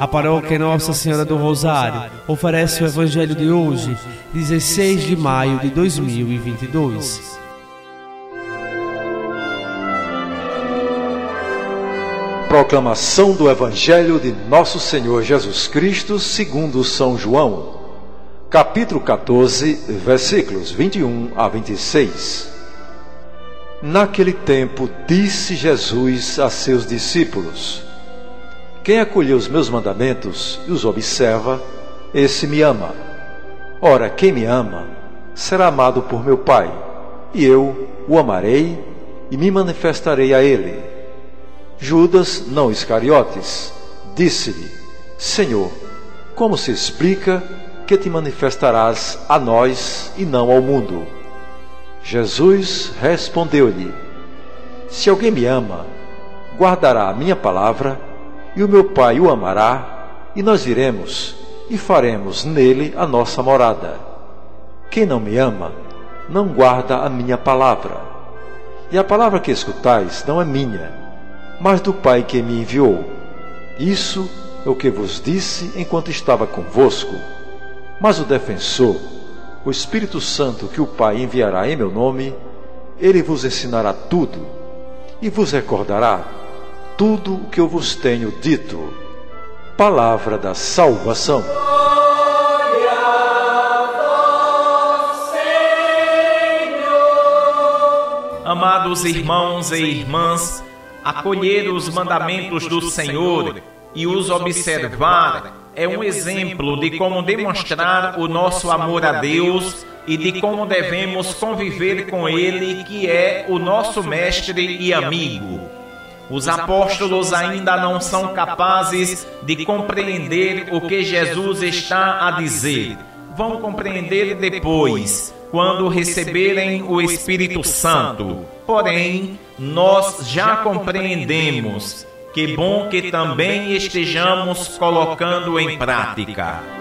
A paróquia Nossa Senhora do Rosário oferece o Evangelho de hoje, 16 de maio de 2022. Proclamação do Evangelho de Nosso Senhor Jesus Cristo segundo São João, capítulo 14, versículos 21 a 26. Naquele tempo disse Jesus a seus discípulos: quem acolheu os meus mandamentos e os observa, esse me ama. Ora, quem me ama será amado por meu Pai, e eu o amarei e me manifestarei a ele. Judas, não Iscariotes, disse-lhe: Senhor, como se explica que te manifestarás a nós e não ao mundo? Jesus respondeu-lhe: se alguém me ama, guardará a minha palavra, e o meu Pai o amará, e nós iremos e faremos nele a nossa morada. Quem não me ama, não guarda a minha palavra. E a palavra que escutais não é minha, mas do Pai que me enviou. Isso é o que vos disse enquanto estava convosco. Mas o defensor, o Espírito Santo que o Pai enviará em meu nome, ele vos ensinará tudo e vos recordará tudo o que eu vos tenho dito. Palavra da salvação. Glória a vós, Senhor. Amados irmãos e irmãs, acolher os mandamentos do Senhor e os observar é um exemplo de como demonstrar o nosso amor a Deus e de como devemos conviver com Ele, que é o nosso mestre e amigo. Os apóstolos ainda não são capazes de compreender o que Jesus está a dizer. Vão compreender depois, quando receberem o Espírito Santo. Porém, nós já compreendemos. Que bom que também estejamos colocando em prática.